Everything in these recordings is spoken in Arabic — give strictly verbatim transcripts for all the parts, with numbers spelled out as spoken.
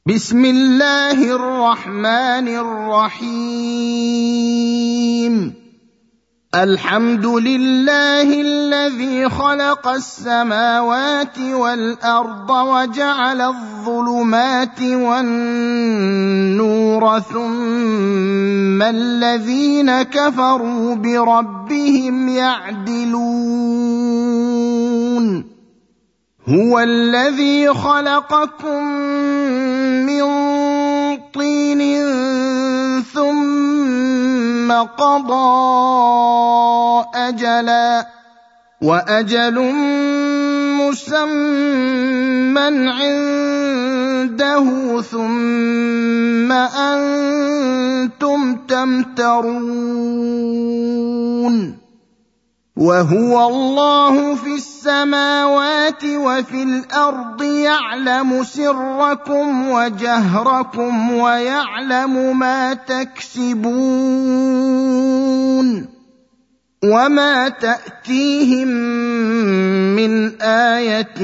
بسم الله الرحمن الرحيم الحمد لله الذي خلق السماوات والأرض وجعل الظلمات والنور ثم الذين كفروا بربهم يعدلون هو الذي خلقكم من طين ثم قضى أجلا وأجل مسمى عنده ثم أنتم تمترون وهو الله في السماوات وفي الأرض يعلم سركم وجهركم ويعلم ما تكسبون وما تأتيهم من آية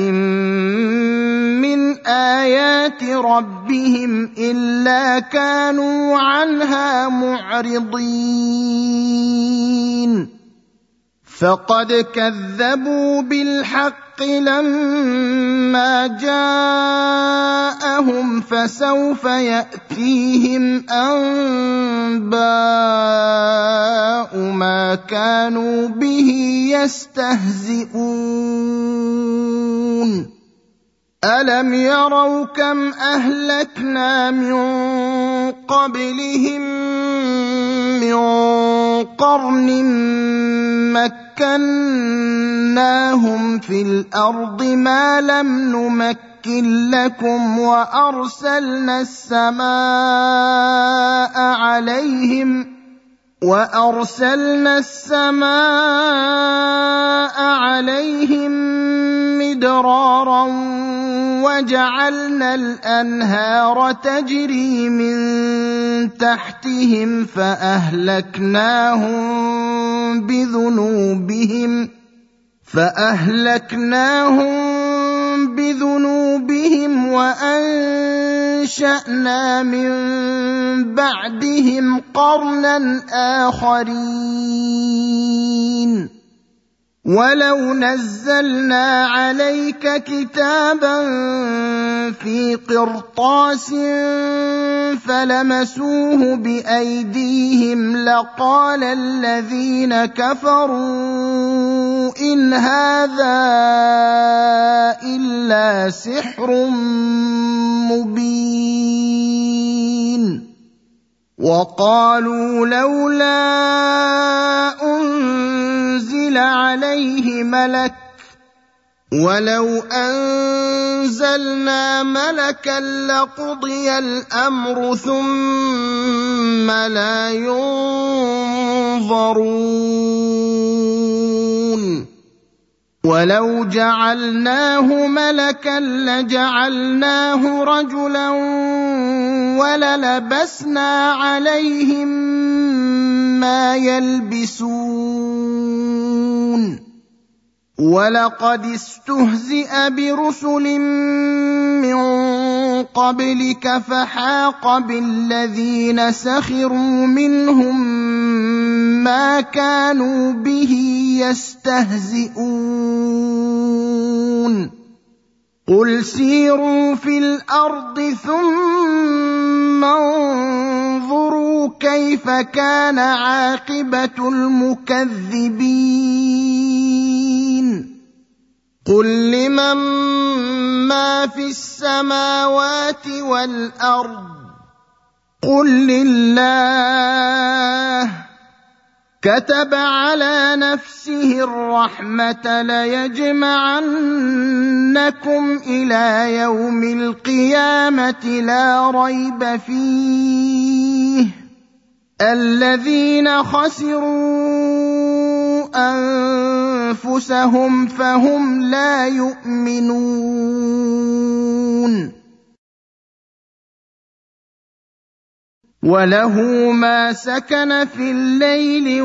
من آيات ربهم إلا كانوا عنها معرضين فقد كذبوا بالحق لما جاءهم فسوف يأتيهم أنباء ما كانوا به يستهزئون ألم يروا كم أهلكنا من قبلهم من قرن مكناهم في الأرض ما لم نمكن لكم وأرسلنا السماء عليهم وأرسلنا السماء عليهم مدرارا وجعلنا الأنهار تجري من تحتهم فأهلكناهم بذنوبهم فأهلكناهم بذنوبهم وأنشأنا من بعدهم قرنا آخرين ولو نزلنا عليك كتابا في قرطاس فلمسوه بأيديهم لقال الذين كفروا إن هذا إلا سحر مبين وقالوا لولا أنزل عليه ملك ولو أنزلنا ملكا لقضي الأمر ثم لا ينظرون ولو جعلناه ملكا لجعلناه رجلا وللبسنا عليهم ما يلبسون ولقد استهزئ برسل من قبلك فحاق بالذين سخروا منهم ما كانوا به يستهزئون قل سيروا في الأرض ثم انظروا كيف كان عاقبة المكذبين قل لمن ما في السماوات والأرض قل لله كتب على نفسه الرحمة ليجمعنكم إلى يوم القيامة لا ريب فيه الذين خسروا أنفسهم فهم لا يؤمنون وله ما سكن في الليل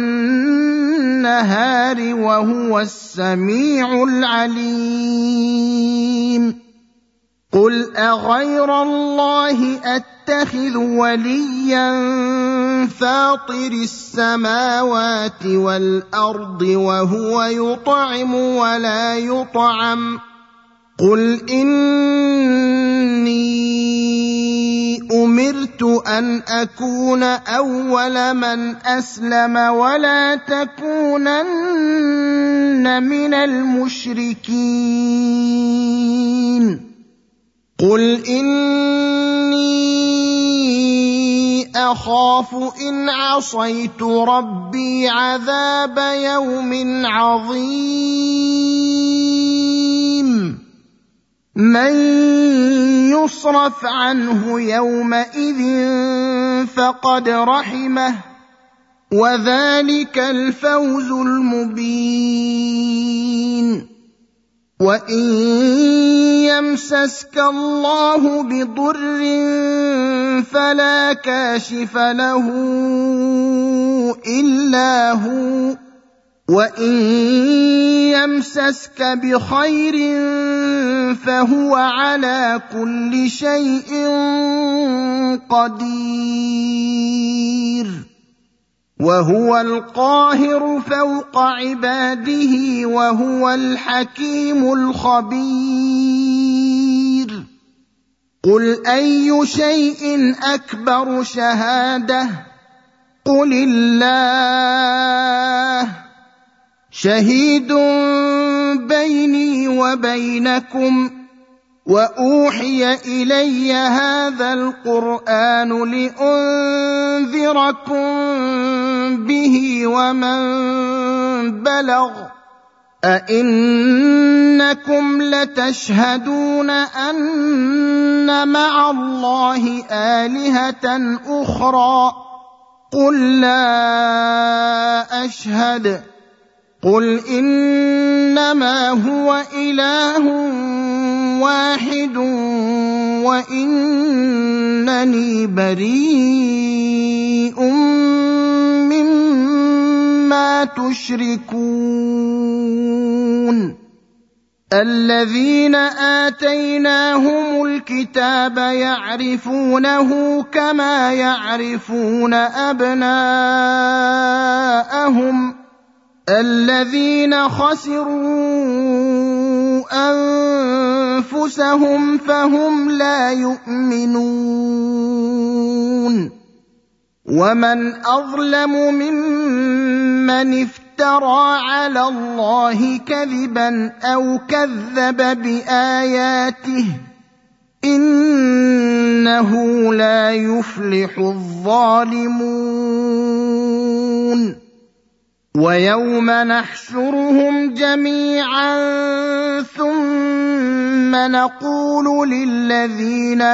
والنهار وهو السميع العليم قل أغير الله أتخذ وليا فاطر السماوات والأرض وهو يطعم ولا يطعم قل إني أمرت أن أكون أول من أسلم ولا تكونن من المشركين قل إني أخاف إن عصيت ربي عذاب يوم عظيم من يصرف عنه يومئذ فقد رحمه وذلك الفوز المبين وإن يمسسك الله بضر فلا كاشف له إلا هو وإن يمسسك بخير فهو على كل شيء قدير وهو القاهر فوق عباده وهو الحكيم الخبير قل أي شيء أكبر شهادة قل الله شهيد بيني وبينكم وأوحي إلي هذا القرآن لأنذركم به ومن بلغ أئنكم لتشهدون أن مع الله آلهة أخرى قل لا أشهد قل إنما هو إله واحد وإنني بريء مما تشركون الذين آتيناهم الكتاب يعرفونه كما يعرفون أبناءهم الذين خسروا أنفسهم فهم لا يؤمنون ومن أظلم ممن افترى على الله كذبا أو كذب بآياته إنه لا يفلح الظالمون ويوم نحشرهم جميعا ثم نقول للذين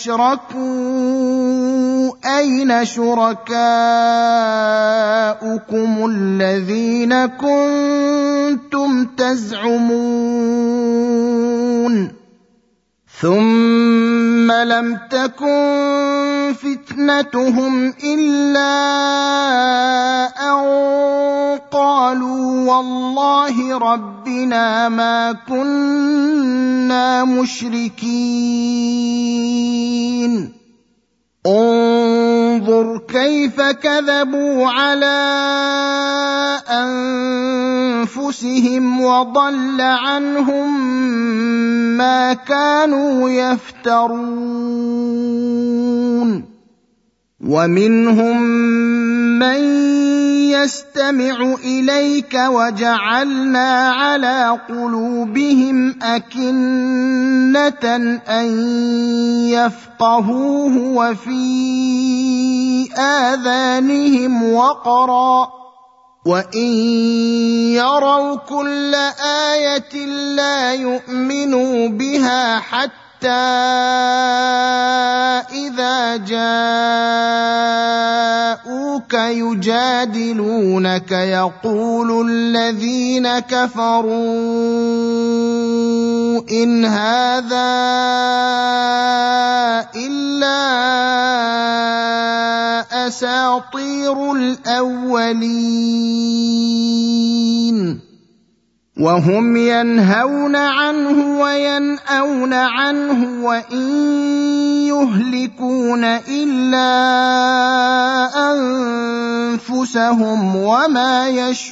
أشركوا أين شركاؤكم الذين كنتم تزعمون ثم لم تكن فتنتهم إلا أن قالوا والله ربنا ما كنا مشركين انظر كيف كذبوا على أنفسهم وضل عنهم ما كانوا يفترون ومنهم من يستمع إليك وجعلنا على قلوبهم أكنة أن يفقهوه وفي آذانهم وقرا وإن يروا كل آية لا يؤمنوا بها حتى إذا جاءوك يجادلونك يقول الذين كفروا إن هذا إلا أساطير الأولين وهم ينهون عنه وينأون عنه وإن يهلكون إلا أنفسهم وما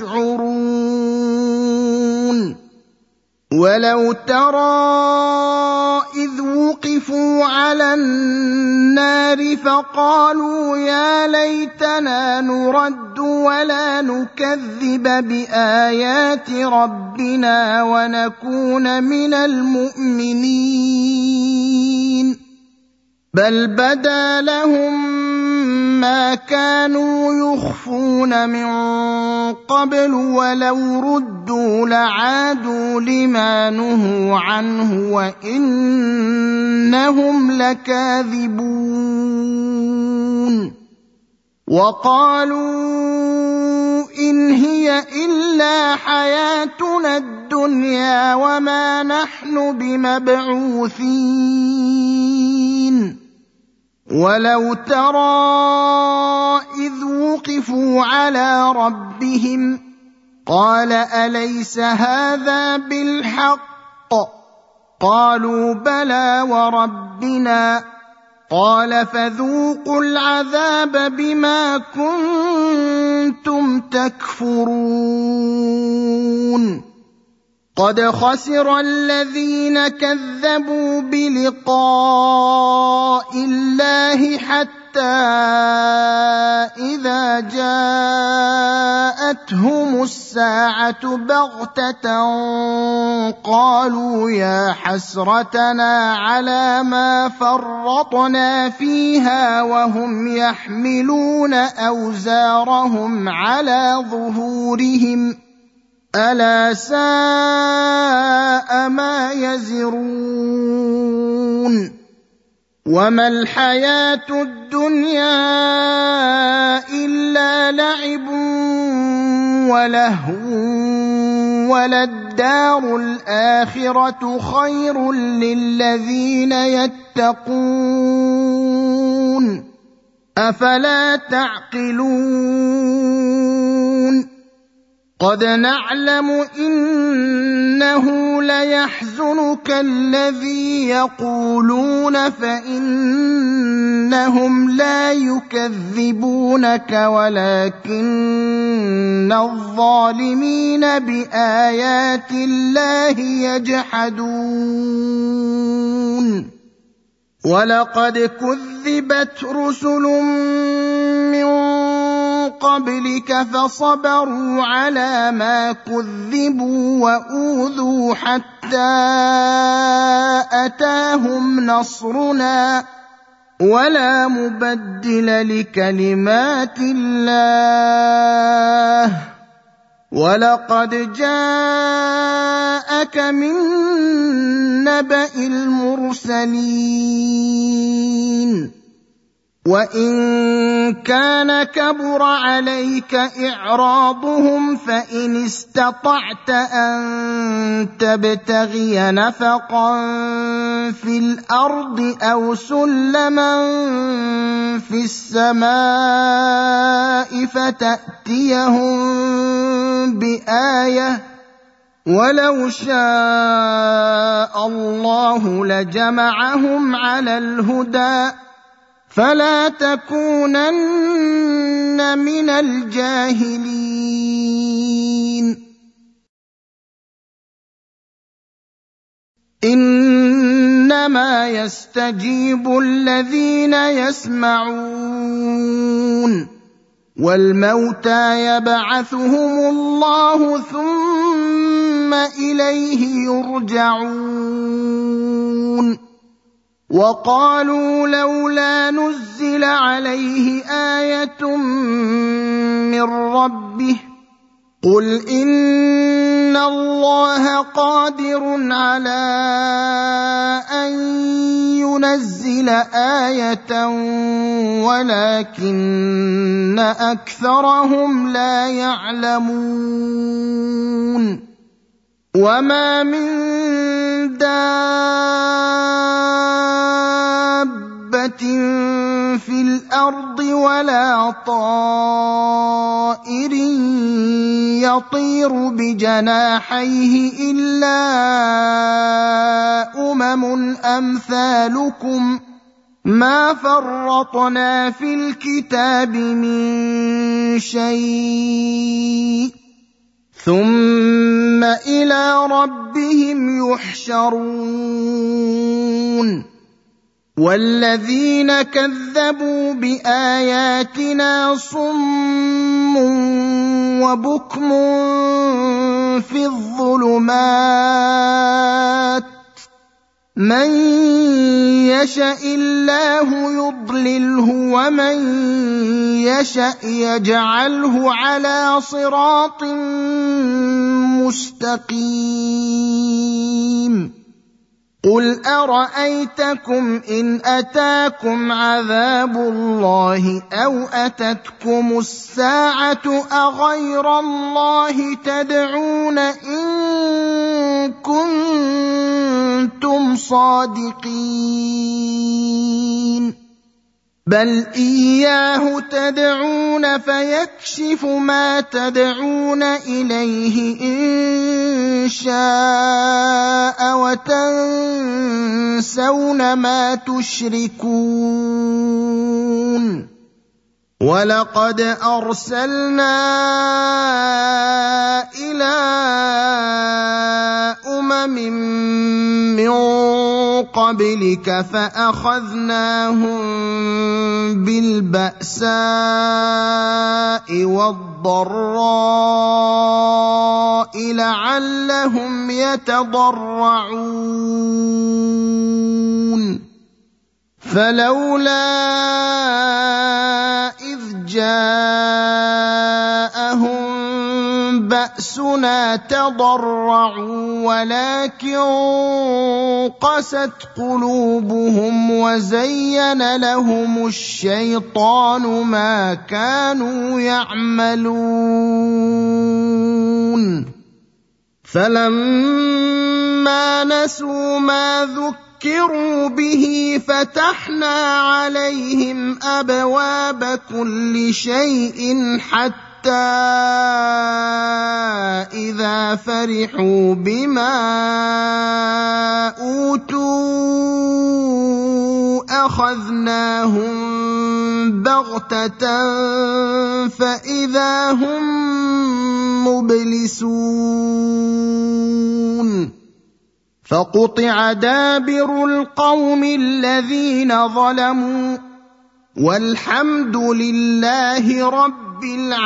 يشعرون ولو ترى إذ وقفوا على النار فقالوا يا ليتنا نرد ولا نكذب بآيات ربنا ونكون من المؤمنين بل بدا لهم ما كانوا يخفون من قبل ولو ردوا لعادوا لما نهوا عنه وإنهم لكاذبون وقالوا إن هي إلا حياتنا الدنيا وما نحن بمبعوثين ولو ترى إذ وقفوا على ربهم قال أليس هذا بالحق قالوا بلى وربنا قال فذوقوا العذاب بما كنتم تكفرون قد خسر الذين كذبوا بلقاء الله حتى إذا جاءتهم الساعة بغتة قالوا يا حسرتنا على ما فرطنا فيها وهم يحملون أوزارهم على ظهورهم ألا ساء ما يزرون وما الحياة الدنيا إلا لعب ولهو وللدار الآخرة خير للذين يتقون أفلا تعقلون قد نعلم إنه ليحزنك الذي يقولون فإنهم لا يكذبونك ولكن الظالمين بآيات الله يجحدون ولقد كذبت رسل من قبلك فصبروا على ما كذبوا وأوذوا حتى أتاهم نصرنا ولا مبدل لكلمات الله ولقد جاءك من نبأ المرسلين وإن كان كبر عليك إعراضهم فإن استطعت أن تبتغي نفقا في الأرض أو سلما في السماء فتأتيهم بآية ولو شاء الله لجمعهم على الهدى فلا تكونن من الجاهلين إنما يستجيب الذين يسمعون والموتى يبعثهم الله ثم إليه يرجعون وقالوا لولا نزل عليه آية من ربه قل إن الله قادر على أن ينزل آية ولكن أكثرهم لا يعلمون وما من دابة في الأرض ولا طائر يطير بجناحيه إلا أمم أمثالكم ما فرطنا في الكتاب من شيء ثم إلى ربهم يحشرون والذين كذبوا بآياتنا صم وبكم في الظلمات من يشاء الله يضلله ومن يشاء يجعله على صراط مستقيم قل أرأيتكم إن أتاكم عذاب الله أو أتتكم الساعة أغير الله تدعون إن كنتم صادقين بل إياه تدعون فيكشف ما تدعون إليه إن شاء وتنسون ما تشركون ولقد أرسلنا إلى أمم من قبلك فأخذناهم بالبأساء والضراء لعلهم يتضرعون فلولا إذ جاءهم بأسنا تضرعوا ولكن قست قلوبهم وزين لهم الشيطان ما كانوا يعملون فلما نسوا ما ذكروا به فتحنا عليهم أبواب كل شيء حتى إذا فرحوا بما أوتوا أخذناهم بغتة فإذا هم مبلسون فقطع دابر القوم الذين ظلموا والحمد لله رب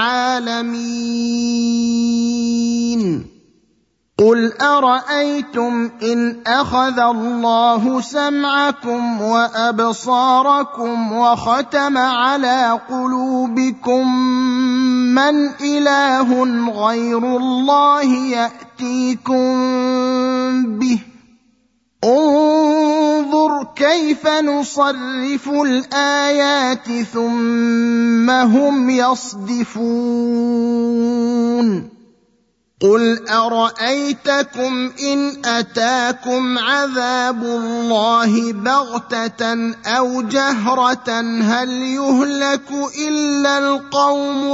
العالمين قل أرأيتم إن أخذ الله سمعكم وأبصاركم وختم على قلوبكم من إله غير الله يأتيكم به انظر كيف نصرف الآيات ثم هم يصدفون قل أرأيتكم إن أتاكم عذاب الله بغتة أو جهرة هل يهلك إلا القوم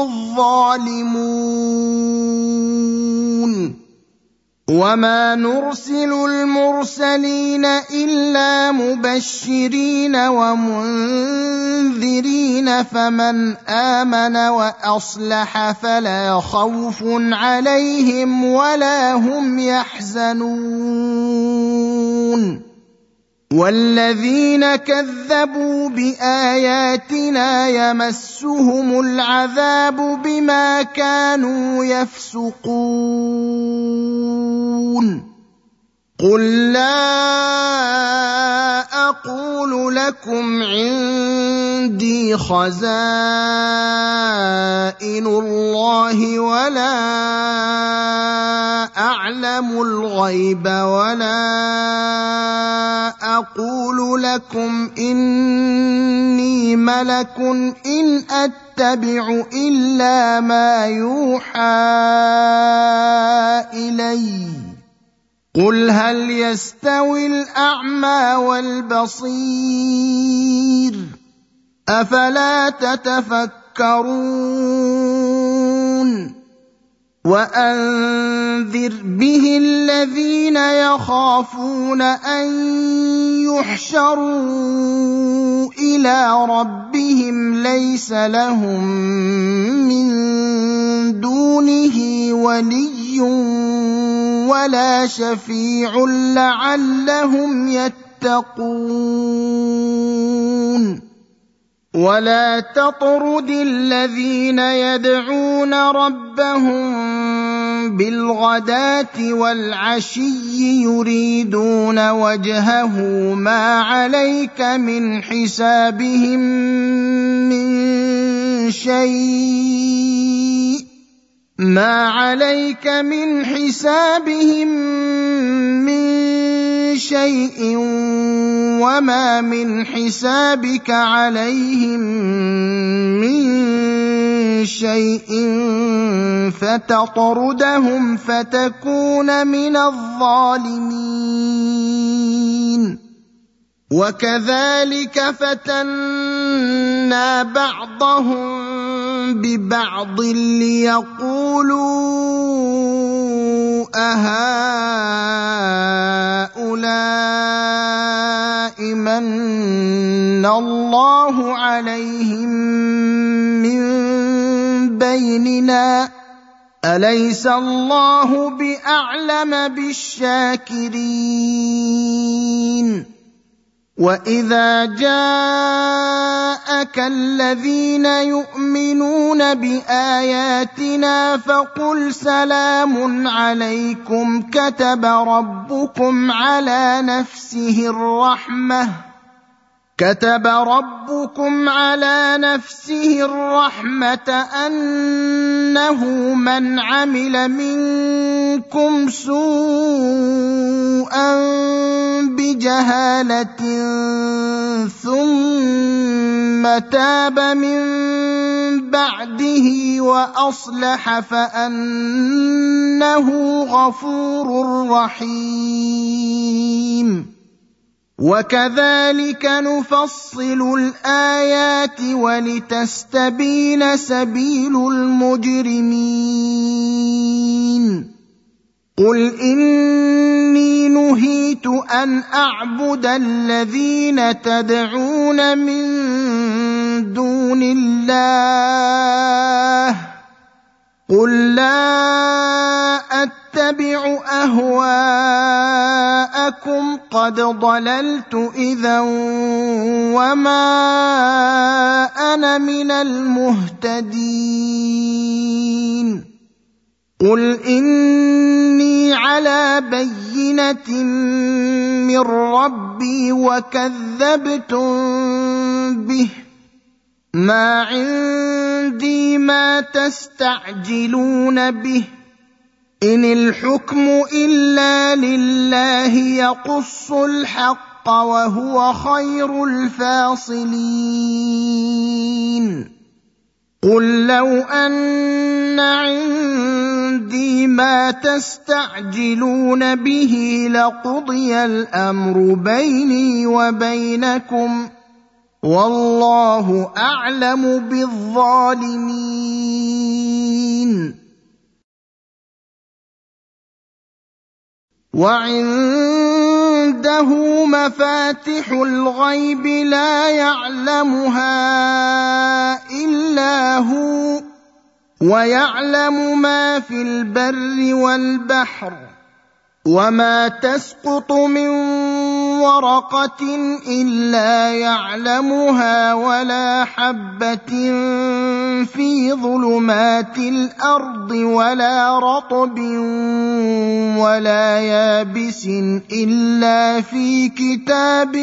الظالمون وما نرسل المرسلين إلا مبشرين ومنذرين فمن آمن وأصلح فلا خوف عليهم ولا هم يحزنون والذين كذبوا بآياتنا يمسهم العذاب بما كانوا يفسقون قل لا أقول لكم عندي خزائن الله ولا أعلم الغيب ولا أقول لكم إني ملك إن أتبع إلا ما يوحى إلي قل هل يستوي الأعمى والبصير أفلا تتفكرون وأنذر به الذين يخافون أن يحشروا إلى ربهم ليس لهم من دونه ولي ولا شفيع لعلهم يتقون ولا تطرد الذين يدعون ربهم بالغداة والعشي يريدون وجهه ما عليك من حسابهم من شيء ما عليك من حسابهم من شيء وما من حسابك عليهم من شيء فتطردهم فتكون من الظالمين وكذلك فتنا بعضهم ببعض ليقولوا أهؤلاء من الله عليهم من بيننا أليس الله بأعلم بالشاكرين وإذا جاءك الذين يؤمنون بآياتنا فقل سلام عليكم كتب ربكم على نفسه الرحمة كتب ربكم على نفسه الرحمة أنه من عمل منكم سوءا بجهالة ثم تاب من بعده وأصلح فأنه غفور رحيم وكذلك نفصل الآيات ولتستبين سبيل المجرمين قل إني نهيت أن أعبد الذين تدعون من دون الله قل لا أتبع أهواءكم قد ضللت إذا وما أنا من المهتدين قل إني على بينة من ربي وكذبتم به ما عندي ما تستعجلون به إن الحكم إلا لله يقص الحق وهو خير الفاصلين قل لو أن عندي ما تستعجلون به لقضي الأمر بيني وبينكم والله أعلم بالظالمين وعنده مفاتح الغيب لا يعلمها إلا هو ويعلم ما في البر والبحر وما تسقط من ورقة إلا يعلمها ولا حبة في ظلمات الأرض ولا رطب ولا يابس إلا في كتاب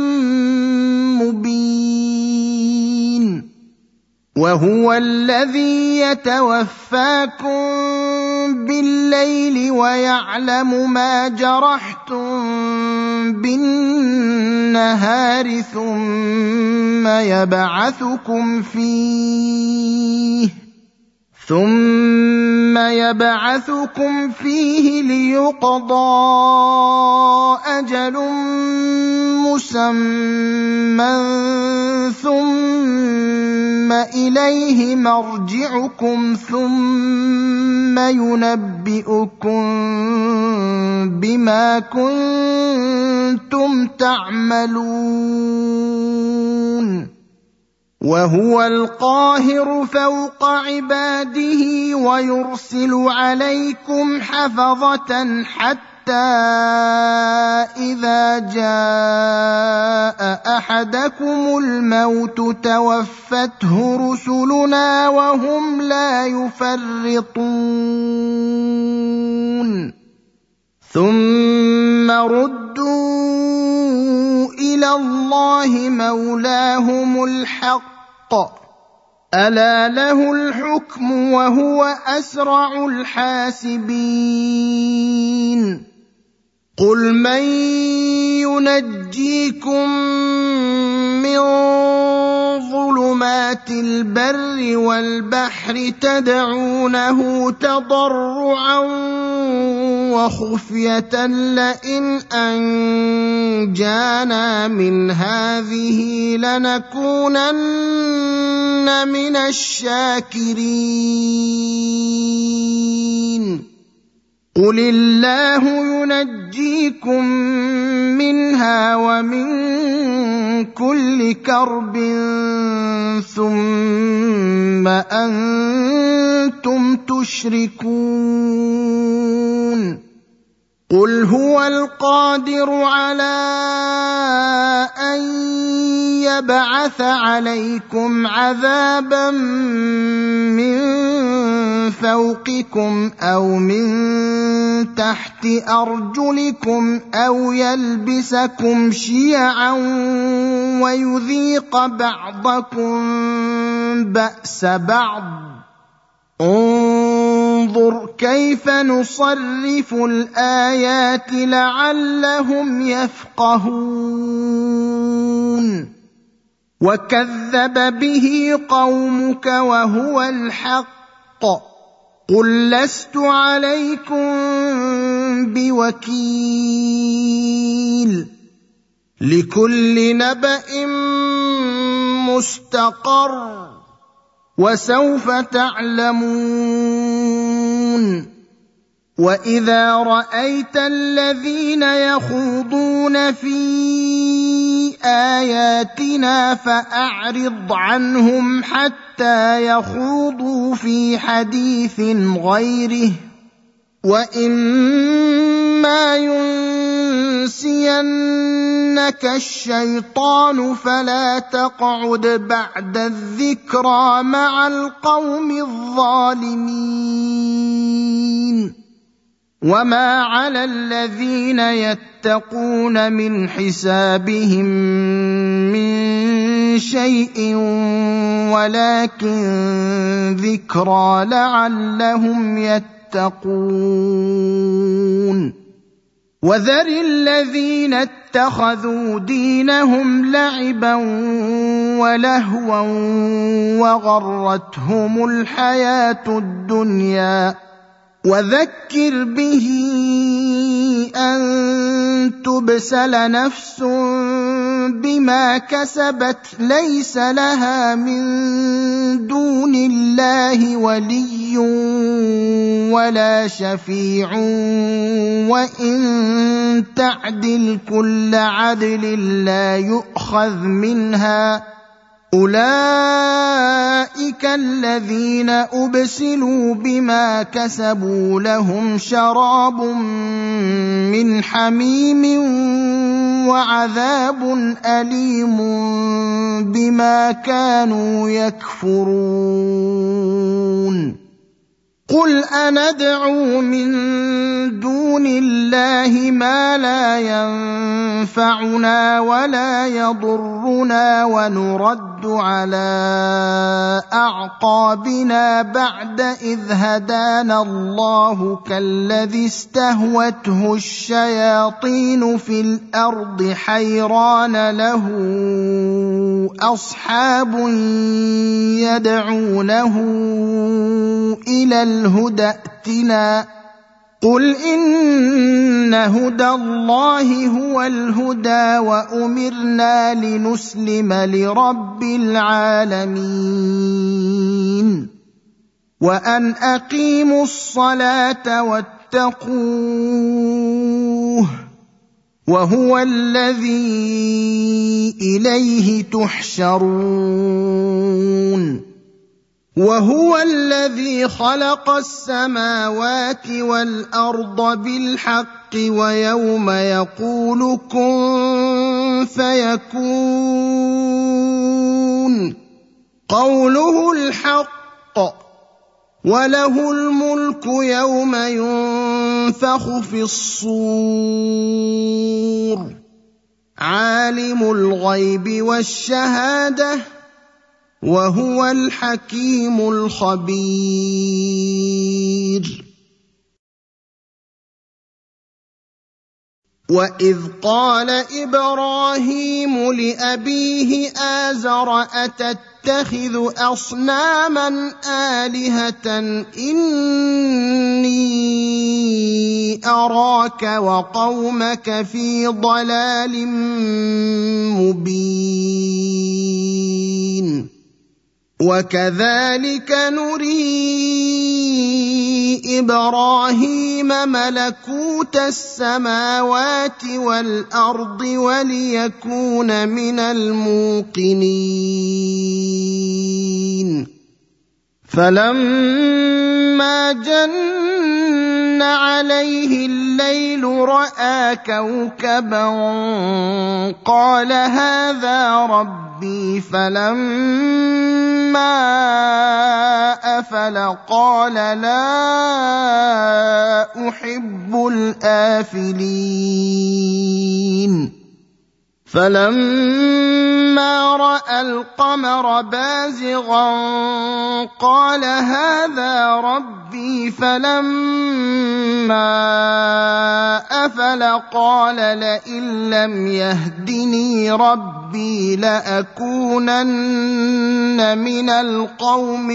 مبين وهو الذي يتوفاكم بالليل ويعلم ما جرحتم بالنهار ثم يبعثكم فيه ثم يبعثكم فيه ليقضى أجل مسمى ثم إليه مرجعكم ثم ينبئكم بما كنتم تعملون وهو القاهر فوق عباده ويرسل عليكم حفظة حتى إذا جاء أحدكم الموت توفته رسلنا وهم لا يفرطون ثم ردوا إلى الله مولاهم الحق ألا له الحكم وهو أسرع الحاسبين قل من ينجيكم من ظلمات البر والبحر تدعونه تضرعا وخفية لئن أنجانا من هذه لنكونن من الشاكرين قل الله ينجيكم منها ومن كل كرب ثم أنتم تشركون قل هو القادر على أن يبعث عليكم عذابا من فوقكم أو من تحت أرجلكم أو يلبسكم شيعا ويذيق بعضكم بأس بعض انظر كيف نصرف الآيات لعلهم يفقهون وكذب به قومك وهو الحق قل لست عليكم بوكيل لكل نبأ مستقر وسوف تعلمون وإذا رأيت الذين يخوضون في آياتنا فأعرض عنهم حتى يخوضوا في حديث غيره وإما ينسينك الشيطان فلا تقعد بعد الذكرى مع القوم الظالمين وما على الذين يتقون من حسابهم من شيء ولكن ذكرى لعلهم يتقون وذر الذين اتخذوا دينهم لعبا ولهوا وغرتهم الحياة الدنيا وذكر به أن تبسل نفس بما كسبت ليس لها من دون الله ولي ولا شفيع وإن تعدل كل عدل لا يؤخذ منها أولئك الذين أبسلوا بما كسبوا لهم شراب من حميم وعذاب أليم بما كانوا يكفرون قل أندعو من دون الله ما لا ينفعنا ولا يضرنا ونرد على أعقابنا بعد إذ هدانا الله كالذي استهوته الشياطين في الأرض حيران له أصحاب يدعونه إلى الهدى ائتنا قل إن هدى الله هو الهدى وأمرنا لنسلم لرب العالمين وأن أقيموا الصلاة واتقوه وهو الذي إليه تحشرون وهو الذي خلق السماوات والأرض بالحق ويوم يقول كن فيكون قوله الحق وله الملك يوم ينفخ في الصور عالم الغيب والشهادة وهو الحكيم الخبير وإذ قال إبراهيم لأبيه آزر أتتخذ أصناما آلهة إني أراك وقومك في ضلال مبين وكذلك نري إبراهيم ملكوت السماوات والأرض وليكون من الموقنين فلما جن عليه الليل رأى كوكبا قال هذا ربي فلما أفل قال لا أحب الآفلين فلما رأى القمر بازغا قال هذا ربي فلما أفل قال لئن لم يهدني ربي لأكونن من القوم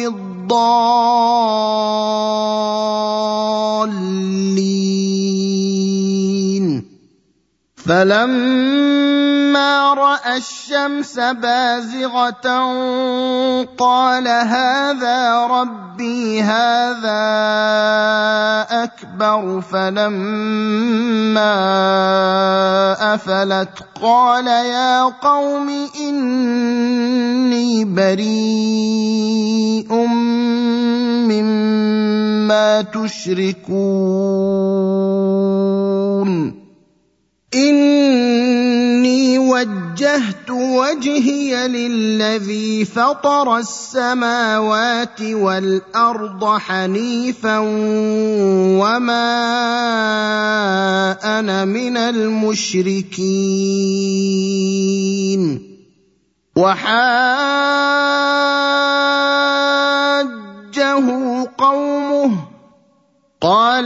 الضالين فلما رأى الشمس بازغة قال هذا ربي هذا أكبر فلما أفلت قال يا قوم إني بريء مما تشركون إني وجهت وجهي للذي فطر السماوات والأرض حنيفا وما أنا من المشركين وحاجه قومه قال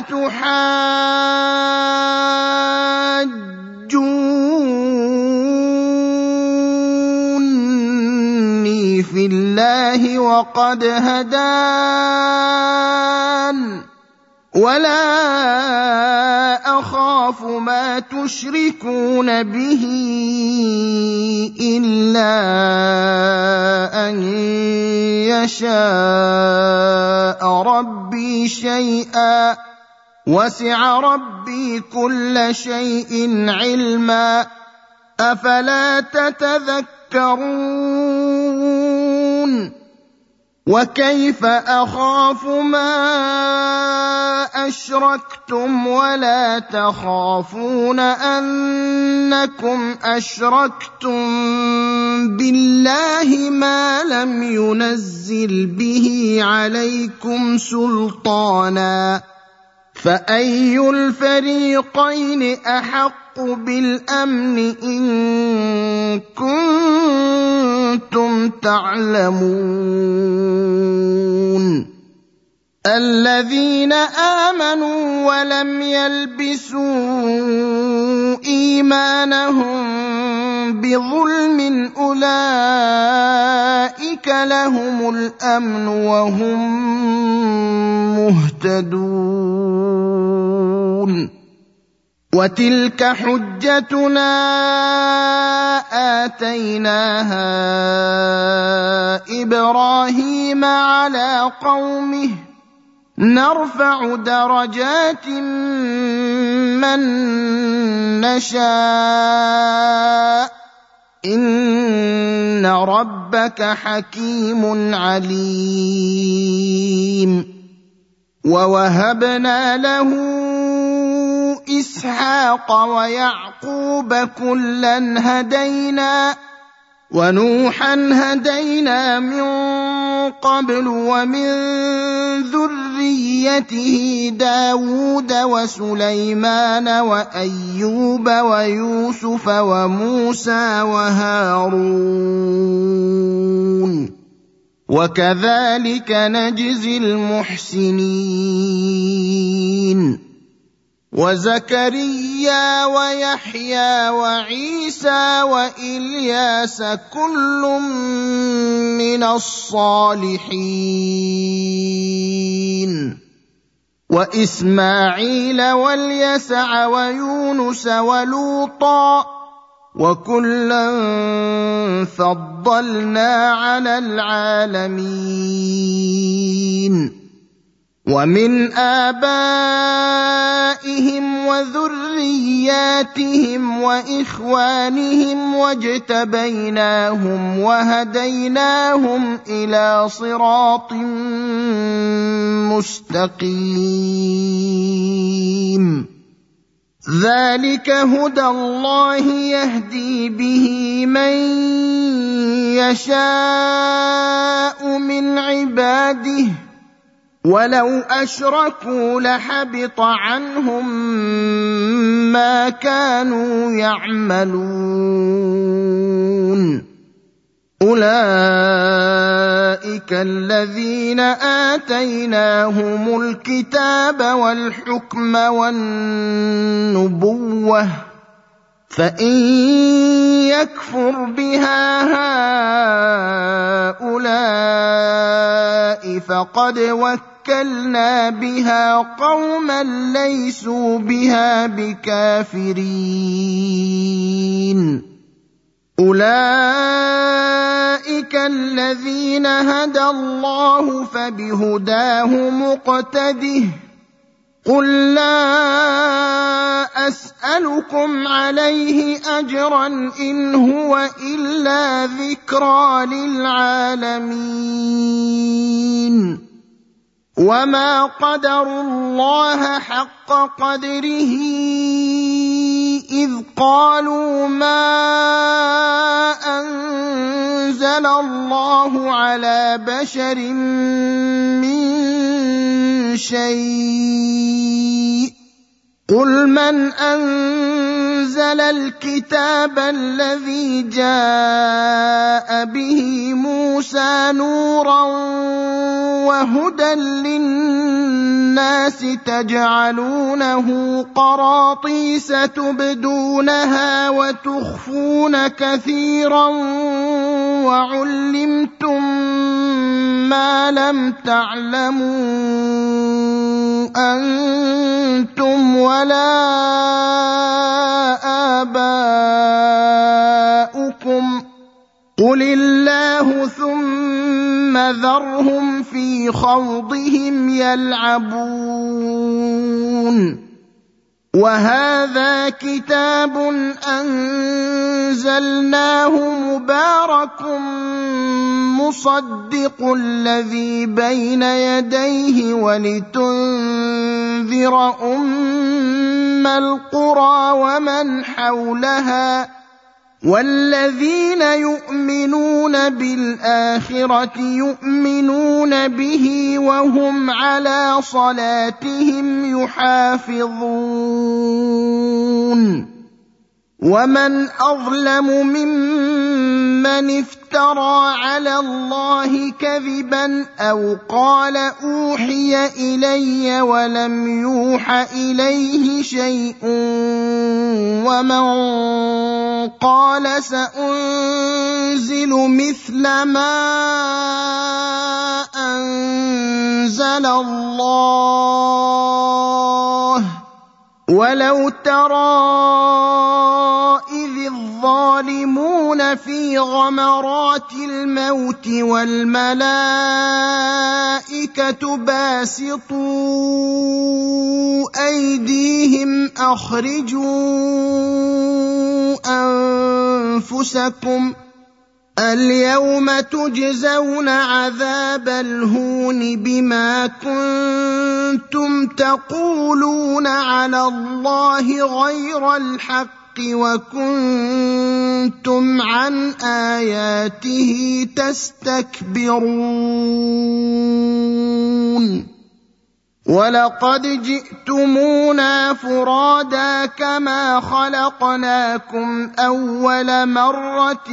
أتحاجوني في الله وقد هدان ولا أخاف ما تشركون به إلا أن يشاء ربي شيئا وسع ربي كل شيء علما أفلا تتذكرون وكيف أخاف ما أشركتم ولا تخافون أنكم أشركتم بالله ما لم ينزل به عليكم سلطانا فأي الفريقين أحق بالأمن إن كنتم تعلمون الذين آمنوا ولم يلبسوا إيمانهم بظلم أولئك أولئك لهم الأمن وهم مهتدون. وتلك حجتنا آتيناها إبراهيم على قومه نرفع درجات من نشاء إن ربك حكيم عليم. ووهبنا له إسحاق ويعقوب كلا هدينا ونوحا هدينا من قبل ومن ذريته داود وسليمان وأيوب ويوسف وموسى وهارون وكذلك نجزي المحسنين. وزكريا ويحيى وعيسى وإلياس كل من الصالحين. وإسماعيل واليسع ويونس ولوطا وكلا فضلنا على العالمين. ومن آبائهم وذرياتهم وإخوانهم واجتبيناهم وهديناهم إلى صراط مستقيم. ذلك هدى الله يهدي به من يشاء من عباده ولو أشركوا لحبط عنهم ما كانوا يعملون. أولئك الذين آتيناهم الكتاب والحكم والنبوة فإن يكفر بها هؤلاء فقد وكلنا بها قوما ليسوا بها بكافرين. أولئك الذين هدى الله فبهداه مقتده قل لا أسألكم عليه أجرا إن هو إلا ذكرى للعالمين. وما قدروا الله حق قدره إذ قالوا ما أنزل الله على بشر من شيء قل من أنزل الكتاب الذي جاء به موسى نورا وهدى للناس تجعلونه قراطيس تبدونها وتخفون كثيرا وعلمتم ما لم تعلموا أنتم ولا آباؤكم قل الله ثم ذرهم في خوضهم يلعبون. وهذا كتاب أنزلناه مبارك مصدق الذي بين يديه ولتنذر أم القرى ومن حولها والذين يؤمنون بالآخرة يؤمنون به وهم على صلاتهم يحافظون. ومن أظلم ممن افترى على الله كذبا أو قال أوحي إلي ولم يوح إليه شيء ومن قال سأنزل مثل ما أنزل الله ولو ترى إذ الظالمون في غمرات الموت والملائكة باسطوا أيديهم أخرجوا أنفسكم اليوم تجزون عذاب الهون بما كنتم تقولون على الله غير الحق وكنتم عن آياته تستكبرون ولقد جئتمونا فرادا كما خلقناكم أول مرة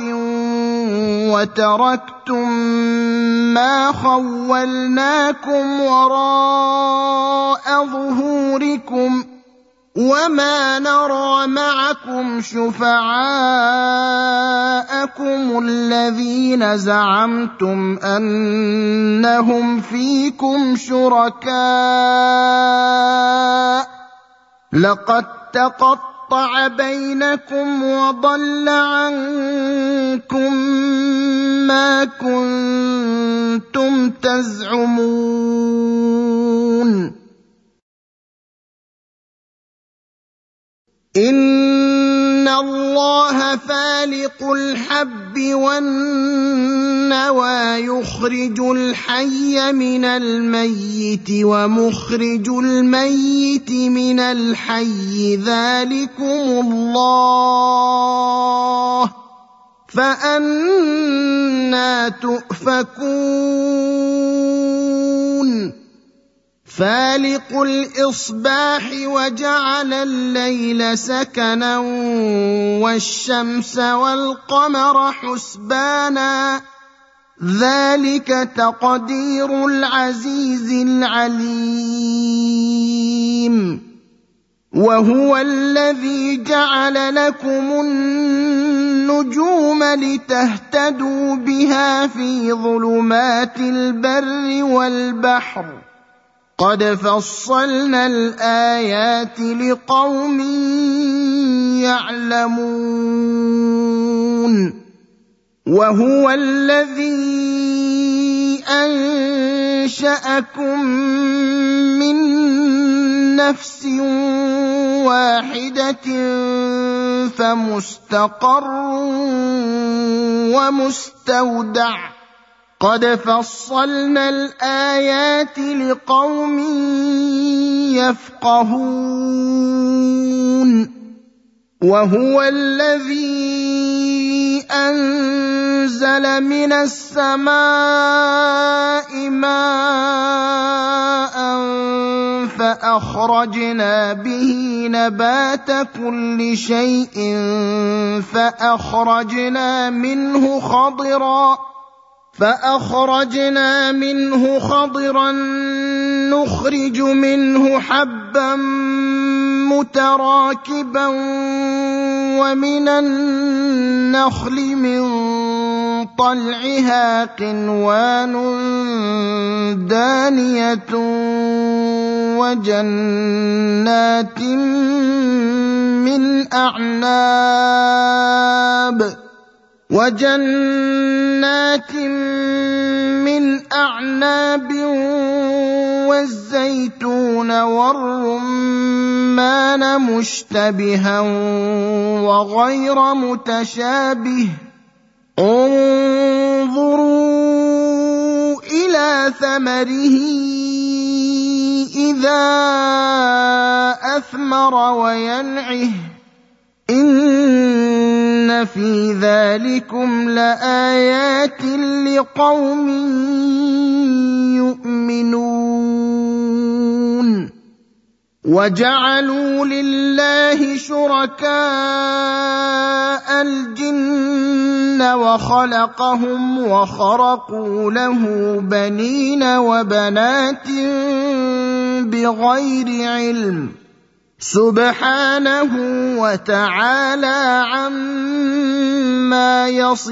وتركتم ما خولناكم وراء ظهوركم وما نرى معكم شفعاءكم الذين زعمتم أنهم فيكم شركاء لقد تقطع بينكم وضل عنكم ما كنتم تزعمون إن الله فالق الحب والنوى يخرج الحي من الميت ومخرج الميت من الحي ذلكم الله فأنى تؤفكون فالق الإصباح وجعل الليل سكنا والشمس والقمر حسبانا ذلك تقدير العزيز العليم وهو الذي جعل لكم النجوم لتهتدوا بها في ظلمات البر والبحر قد فصلنا الآيات لقوم يعلمون وهو الذي أنشأكم من نفس واحدة فمستقر ومستودع قد فصلنا الآيات لقوم يفقهون وهو الذي أنزل من السماء ماء فأخرجنا به نبات كل شيء فأخرجنا منه خضرا فأخرجنا منه خضرا نخرج منه حبا متراكبا ومن النخل من طلعها قنوان دانية وجنات من أعناب وجنات من أعناب والزيتون والرمان مشتبها وغير متشابه انظروا إلى ثمره إذا أثمر وينعه إن في ذلكم لآيات لقوم يؤمنون وجعلوا لله شركاء الجن وخلقهم وخرقوا له بنين وبنات بغير علم سبحانه وتعالى عما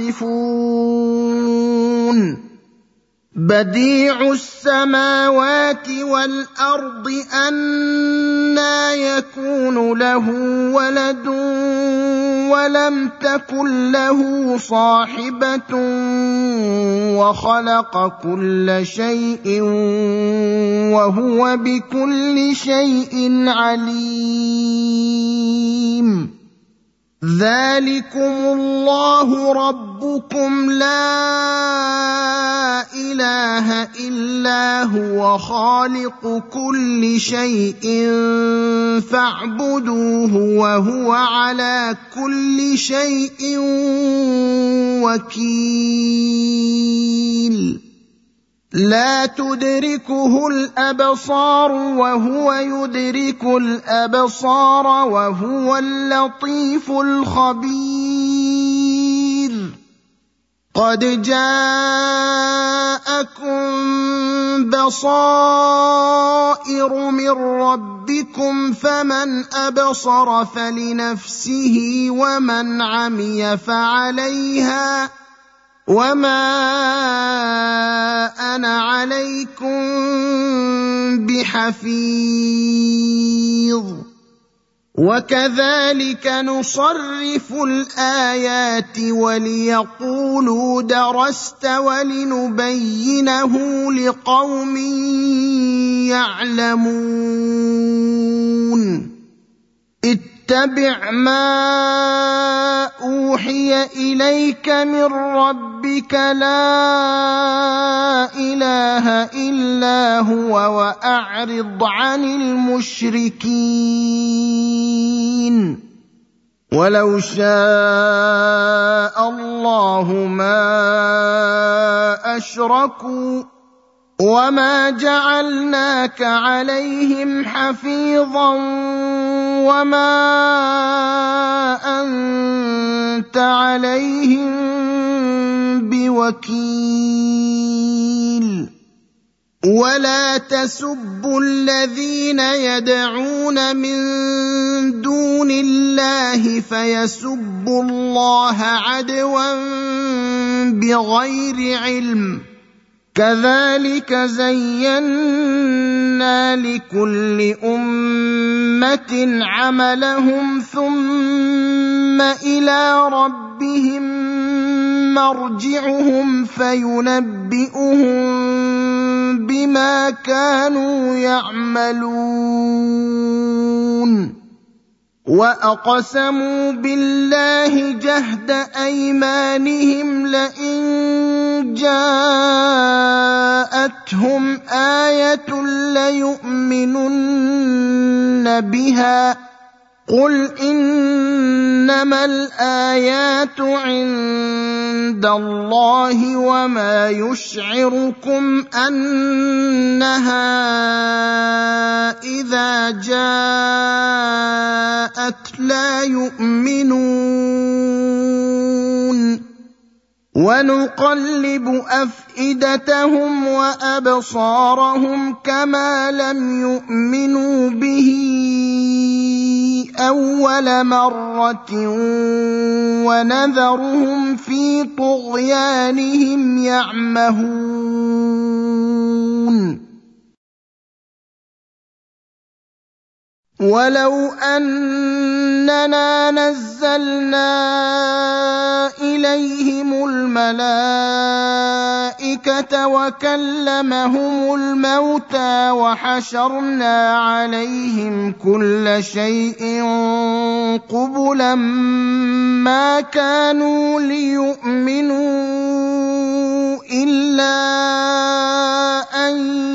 يصفون بديع السماوات والأرض أنى يكون له ولد ولم تكن له صاحبة وخلق كل شيء وهو بكل شيء عليم ذلكم الله ربكم لا إله إلا هو خالق كل شيء فاعبدوه وهو على كل شيء وكيل لا تدركه الأبصار وهو يدرك الأبصار وهو اللطيف الخبير قد جاءكم بصائر من ربكم فمن أبصر فلنفسه ومن عمي فعليها وما أنا عليكم بحفيظ وكذلك نصرف الآيات وليقولوا درست ولنبينه لقوم يعلمون اتبع ما أوحي إليك من ربك لا إله إلا هو وأعرض عن المشركين ولو شاء الله ما أشركوا وما جعلناك عليهم حفيظا وما أنت عليهم بوكيل ولا تسبوا الذين يدعون من دون الله فيسبوا الله عدوا بغير علم كذلك زينا لكل أمة عملهم ثم إلى ربهم مرجعهم فينبئهم بما كانوا يعملون وأقسموا بالله جهد أيمانهم لئن جاءتهم آية ليؤمنن بها قل إنما الآيات عند الله وما يشعركم أنها إذا جاءت لا يؤمنون ونقلب أفئدتهم وأبصارهم كما لم يؤمنوا به أول مرة ونذرهم في طغيانهم يعمهون ولو أننا نزلنا إليهم الملائكة وكلمهم الموتى وحشرنا عليهم كل شيء قبلا ما كانوا ليؤمنوا إلا أن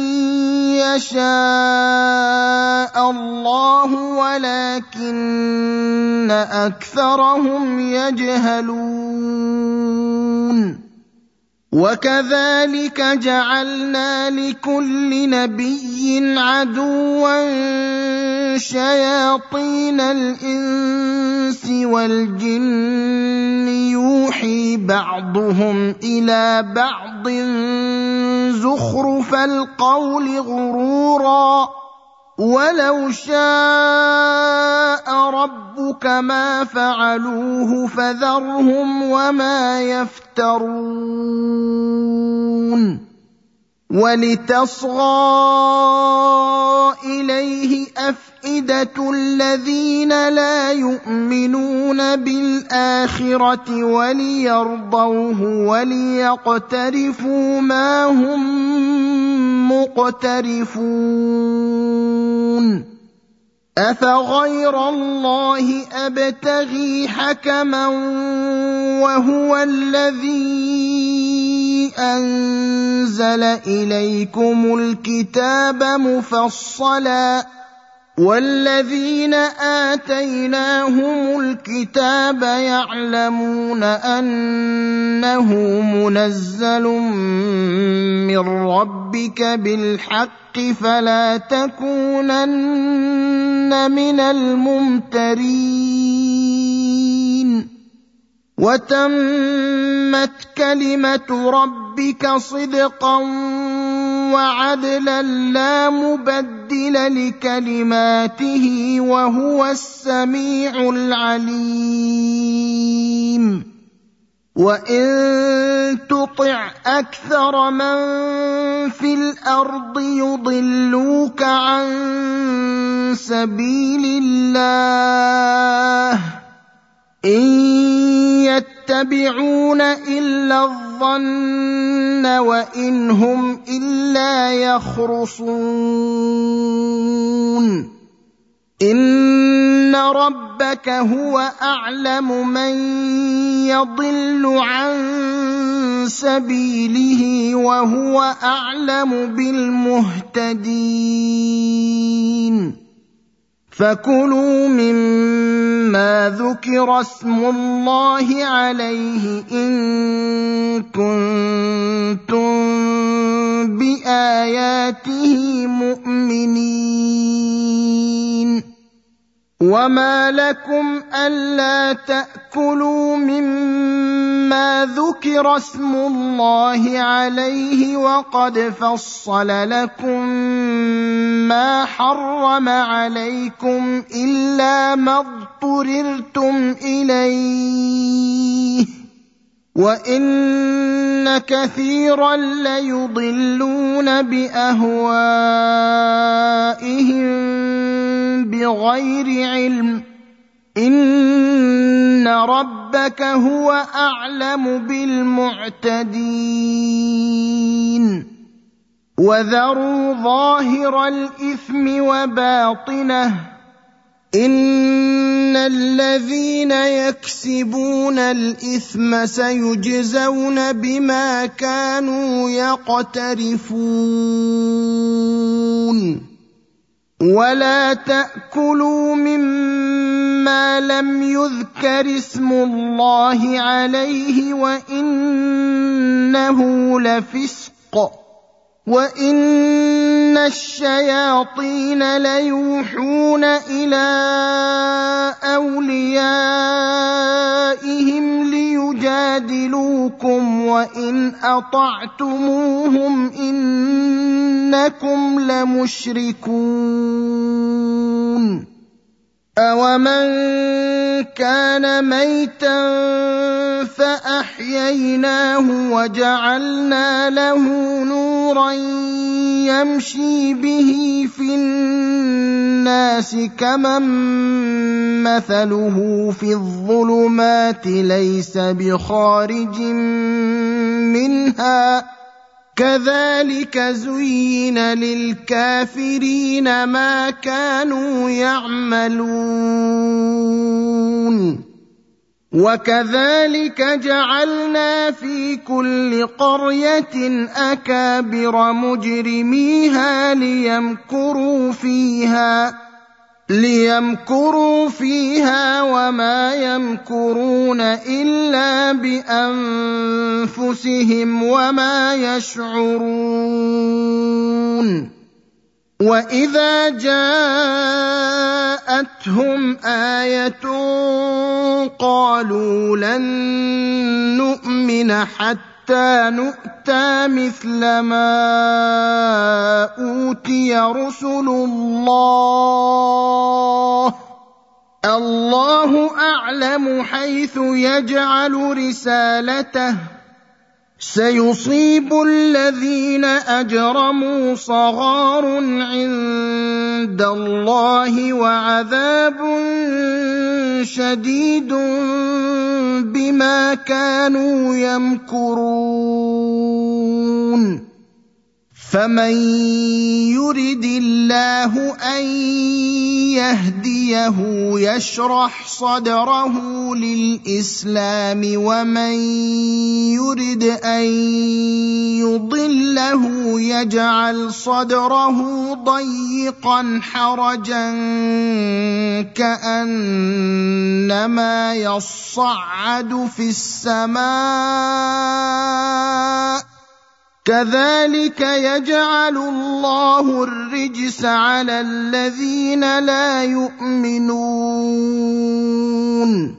يشاء الله ولكن أكثرهم يجهلون وكذلك جعلنا لكل نبي عدوا شياطين الإنس والجن يوحي بعضهم إلى بعض زخرف القول غرورا ولو شاء ربك ما فعلوه فذرهم وما يفترون ولتصغى إليه أفئدة الذين لا يؤمنون بالآخرة وليرضوه وليقترفوا ما هم مقترفون أفغير الله أبتغي حكما وهو الذي أنزل إليكم الكتاب مفصلا والذين آتيناهم الكتاب يعلمون أنه منزل من ربك بالحق فلا تكونن من الممترين وتمت كلمة ربك صدقا وعدلا لا مبدل لكلماته وهو السميع العليم وإن تطع أكثر من في الأرض يضلوك عن سبيل الله إن يتبعون إلا الظن وإن هم إلا يخرصون إن ربك هو أعلم من يضل عن سبيله وهو أعلم بالمهتدين فكلوا مما ذكر اسم الله عليه إن كنتم بآياته مؤمنين وما لكم ألا تأكلوا مما ذكر اسم الله عليه وقد فصل لكم ما حرم عليكم إلا ما اضطررتم إليه وإن كثيرا ليضلون بأهوائهم بغير علم إن ربك هو أعلم بالمعتدين وذروا ظاهر الإثم وباطنه إن الذين يكسبون الإثم سيجزون بما كانوا يقترفون ولا تأكلوا مما لم يذكر اسم الله عليه وإنه لفسق وإن الشياطين ليوحون إلى أوليائهم ليجادلوكم وإن أطعتموهم إنكم لمشركون أَوَمَنْ كَانَ مَيْتًا فَأَحْيَيْنَاهُ وَجَعَلْنَا لَهُ نُورًا يَمْشِي بِهِ فِي النَّاسِ كَمَنْ مَثَلُهُ فِي الظُّلُمَاتِ لَيْسَ بِخَارِجٍ مِنْهَا كَذَلِكَ زُيِّنَ لِلْكَافِرِينَ مَا كَانُوا يَعْمَلُونَ وَكَذَلِكَ جَعَلْنَا فِي كُلِّ قَرْيَةٍ أَكَابِرَ مُجْرِمِيهَا لِيَمْكُرُوا فِيهَا ليمكروا فيها وما يمكرون إلا بأنفسهم وما يشعرون. وإذا جاءتهم آية قالوا لن نؤمن حتى نؤتى مثل ما أوتي رسل الله الله أعلم حيث يجعل رسالته سيصيب الذين أجرموا صغار عند الله وعذاب شديد بما كانوا يمكرون. فمن يرد الله أن يهديه يشرح صدره للإسلام ومن يرد أن يضله يجعل صدره ضيقا حرجا كأنما يصعد في السماء كذلك يجعل الله الرجس على الذين لا يؤمنون.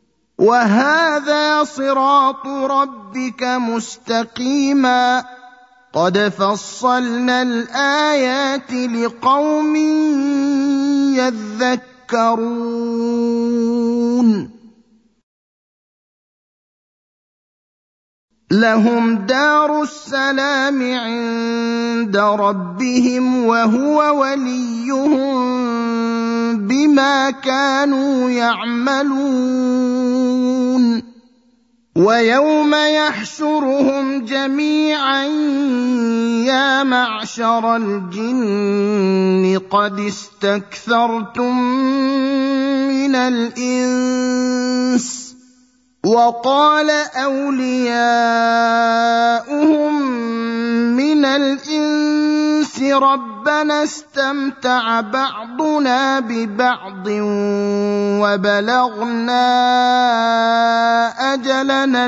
وهذا صراط ربك مستقيما قد فصلنا الآيات لقوم يذكرون. لهم دار السلام عند ربهم وهو وليهم بما كانوا يعملون. ويوم يحشرهم جميعا يا معشر الجن قد استكثرتم من الإنس وقال أولياؤهم من الإنس ربنا استمتع بعضنا ببعض وبلغنا أجلنا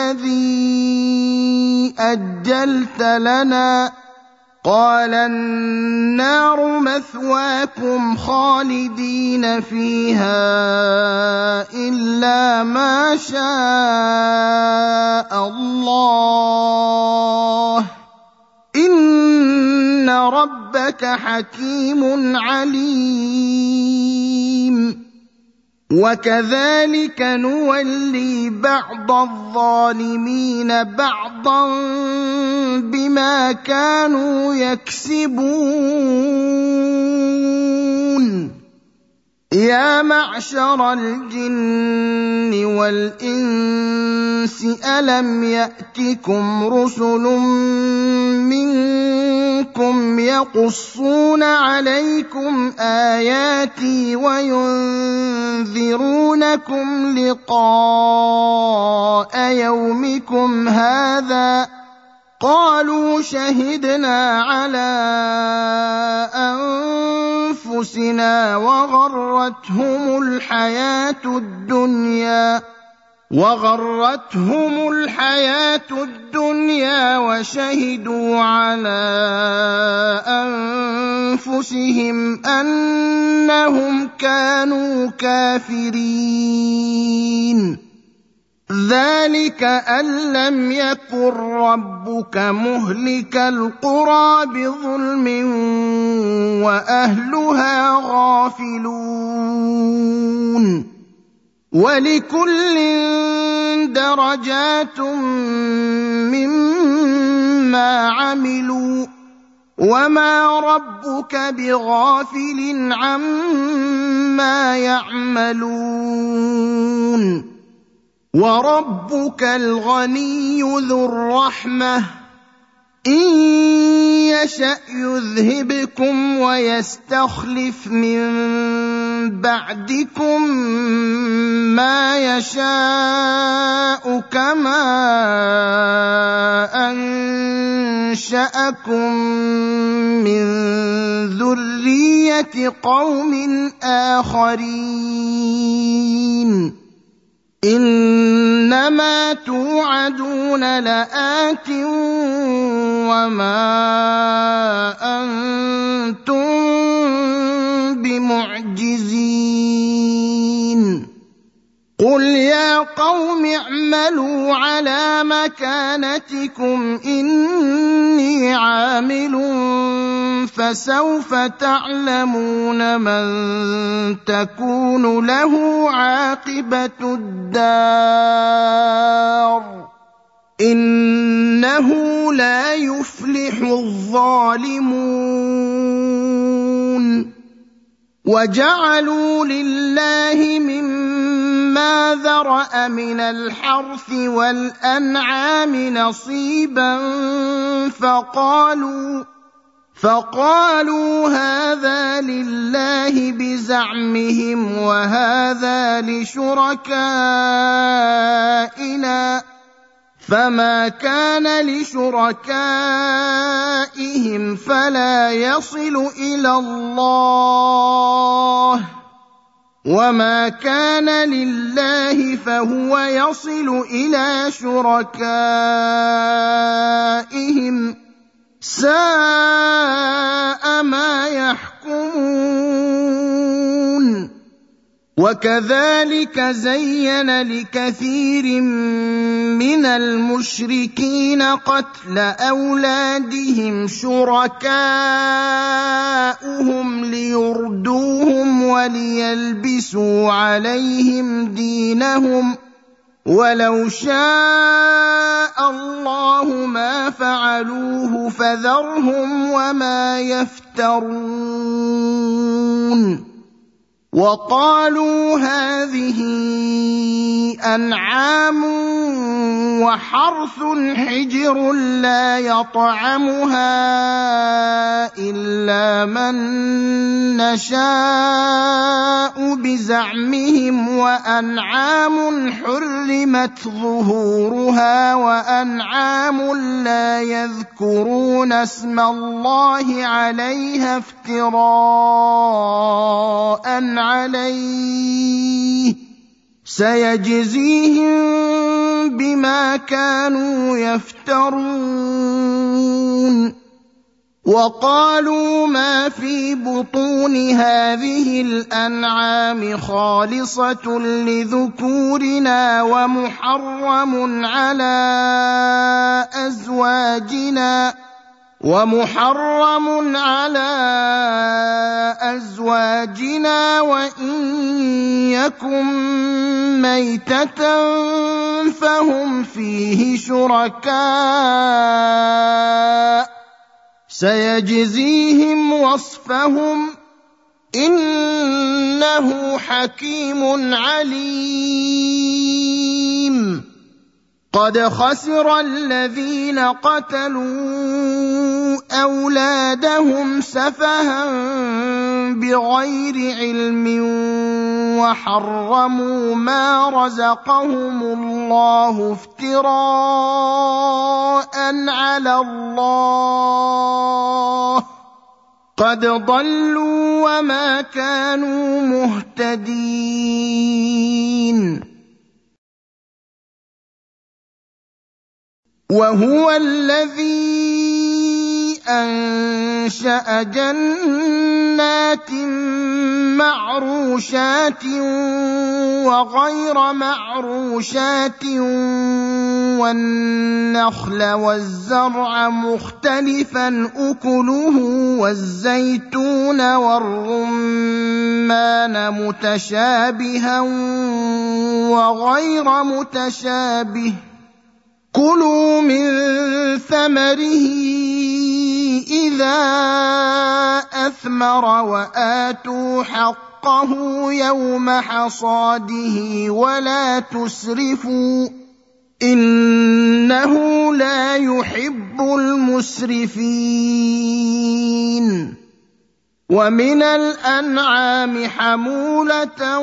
الذي أجلت لنا قال النار مثواكم خالدين فيها إلا ما شاء الله إن ربك حكيم عليم. وكذلك نولي بعض الظالمين بعضا بما كانوا يكسبون. يا معشر الجن والإنس ألم يأتكم رسل منكم يقصون عليكم آياتي وينذرونكم لقاء يومكم هذا قالوا شهدنا على أنفسنا وغرتهم الحياة الدنيا وغرتهم الحياة الدنيا وشهدوا على أنفسهم أنهم كانوا كافرين. ذلك أن لم يكن ربك مهلك القرى بظلم وأهلها غافلون. ولكل درجات مما عملوا وما ربك بغافل عما يعملون. وربك الغني ذو الرحمة إن يشأ يذهبكم ويستخلف من بَعْدِكُم مَّا يَشَاءُ كَمَا أَنشَأَكُم مِّن ذُرِّيَّةِ قَوْمٍ آخَرِينَ إِنَّمَا تُوعَدُونَ لَآتٍ وَمَا أَنتُم بِمُعْجِزِينَ قُلْ يَا قَوْمِ اعْمَلُوا عَلَىٰ مَكَانَتِكُمْ إِنِّي عَامِلٌ فَسَوْفَ تَعْلَمُونَ مَن تَكُونُ لَهُ عَاقِبَةُ الدَّارِ إِنَّهُ لَا يُفْلِحُ الظَّالِمُونَ وَجَعَلُوا لِلَّهِ مِمَّا ذَرَأَ مِنَ الْحَرْثِ وَالْأَنْعَامِ نَصِيبًا فَقَالُوا فَقَالُوا هَٰذَا لِلَّهِ بِزَعْمِهِمْ وَهَٰذَا لِشُرَكَائِنَا ۖ فَمَا كَانَ لِشُرَكَائِهِمْ فَلَا يَصِلُ إِلَى اللَّهِ وَمَا كَانَ لِلَّهِ فَهُوَ يَصِلُ إِلَىٰ شُرَكَائِهِمْ ۗ سَاءَ مَا يَحْكُمُونَ وَكَذَٰلِكَ زَيَّنَ لِكَثِيرٍ مِّنَ الْمُشْرِكِينَ قَتْلَ أَوْلَادِهِمْ شُرَكَاؤُهُمْ لِيُرْدُوهُمْ وَلِيَلْبِسُوا عَلَيْهِمْ دِينَهُمْ ۖ وَلَوْ شَاءَ اللَّهُ مَا فَعَلُوهُ فَذَرْهُمْ وَمَا يَفْتَرُونَ وَقَالُوا هَٰذِهِ أَنْعَامٌ وَحَرْثٌ حِجْرٌ لَّا يَطْعَمُهَا إِلَّا مَن نَّشَاءُ بِزَعْمِهِمْ وَأَنْعَامٌ حُرِّمَتْ ظُهُورُهَا وَأَنْعَامٌ لَّا يَذْكُرُونَ اسْمَ اللَّهِ عَلَيْهَا افْتِرَاءً عَلَيْهِ ۚ سَيَجْزِيهِم بِمَا كَانُوا يَفْتَرُونَ وَقَالُوا مَا فِي بُطُونِ هَٰذِهِ الْأَنْعَامِ خَالِصَةٌ لِّذُكُورِنَا وَمُحَرَّمٌ عَلَىٰ أَزْوَاجِنَا وَمُحَرَّمٌ عَلَىٰ أَزْوَاجِنَا وَإِن يَكُن مَّيْتَةً فَهُمْ فِيهِ شُرَكَاءُ ۚ سَيَجْزِيهِمْ وَصْفَهُمْ ۚ إِنَّهُ حَكِيمٌ عَلِيمٌ قَدْ خَسِرَ الَّذِينَ قَتَلُوا أَوْلَادَهُمْ سَفَهًا بِغَيْرِ عِلْمٍ وَحَرَّمُوا مَا رَزَقَهُمُ اللَّهُ افْتِرَاءً عَلَى اللَّهِ ۚ قَدْ ضَلُّوا وَمَا كَانُوا مُهْتَدِينَ وَهُوَ الَّذِي أَنشَأَ جَنَّاتٍ مَّعْرُوشَاتٍ وَغَيْرَ مَعْرُوشَاتٍ وَالنَّخْلَ وَالزَّرْعَ مُخْتَلِفًا أُكُلُهُ وَالزَّيْتُونَ وَالرُّمَّانَ مُتَشَابِهًا وَغَيْرَ مُتَشَابِهٍ ۚ كُلُوا مِن ثَمَرِهِ إِذَا أَثْمَرَ وَآتُوا حَقَّهُ يَوْمَ حَصَادِهِ وَلَا تُسْرِفُوا ۚ إِنَّهُ لَا يُحِبُّ الْمُسْرِفِينَ ومن الأنعام حمولة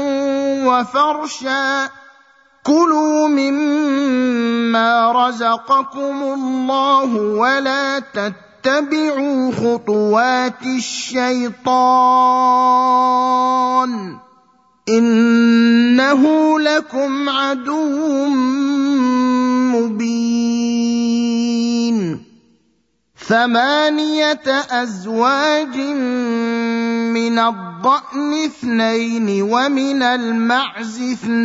وفرشا كلوا مما رزقكم الله ولا تتبعوا خطوات الشيطان إنه لكم عدو مبين ثمانية أزواج من الضأن اثنين ومن المعز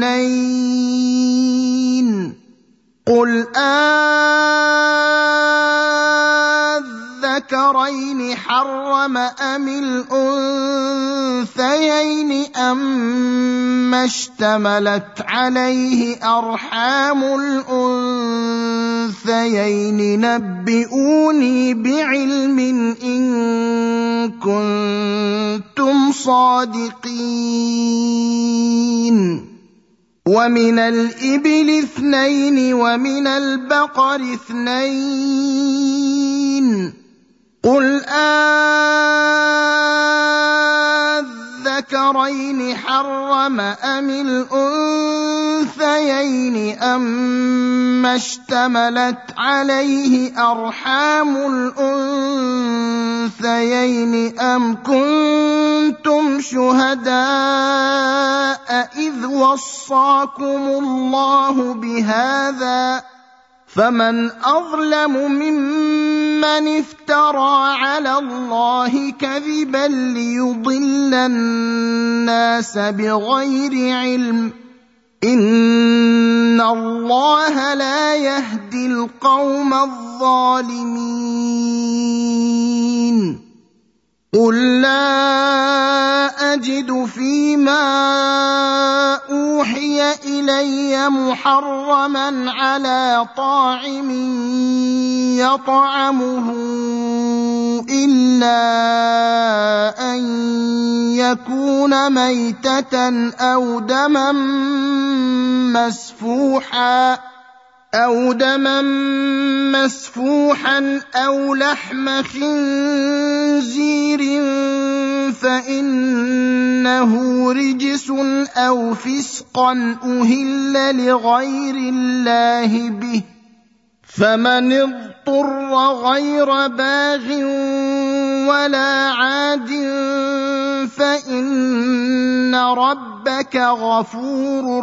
اثنين قل أذكرين حرم أم الأنثيين أما اشتملت عليه أرحام الأنثيين نبئوني بعلم إن كنتم صادقين ومن الإبل اثنين ومن البقر اثنين قل أذكرين حرم أم الأنثيين أما اشتملت عليه أرحام الأنثيين أم كنتم شهداء إذ وصاكم الله بهذا فمن أظلم ممن افترى على الله كذبا ليضل الناس بغير علم إن الله لا يهدي القوم الظالمين قل لا أجد فيما أوحي إلي محرما على طاعم يطعمه إلا أن يكون ميتة أو دما مسفوحا أو دما مسفوحا أو لحم خنزير فإنه رجس أو فسقا أهل لغير الله به فمن اضطر غير باغ ولا عاد فإن ربك غفور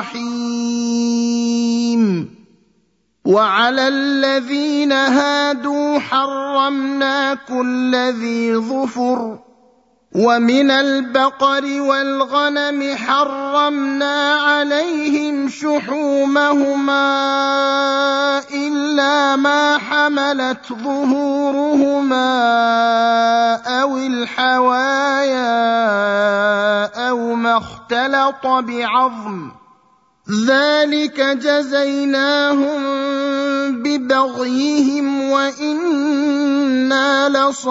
رحيم وعلى الذين هادوا حرمنا كل ذي ظفر ومن البقر والغنم حرمنا عليهم شحومهما إلا ما حملت ظهورهما أو الحوايا أو ما اختلط بعظم ذلك جزيناهم ببغيهم وإنا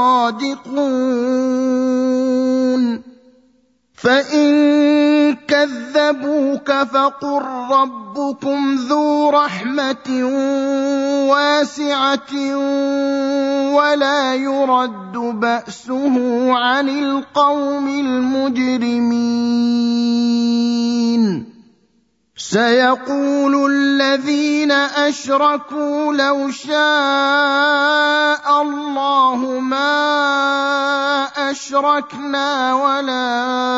لصادقون فإن كذبوك فقل ربكم ذو رحمة واسعة ولا يرد بأسه عن القوم المجرمين سيقول الذين أشركوا لو شاء الله ما أشركنا ولا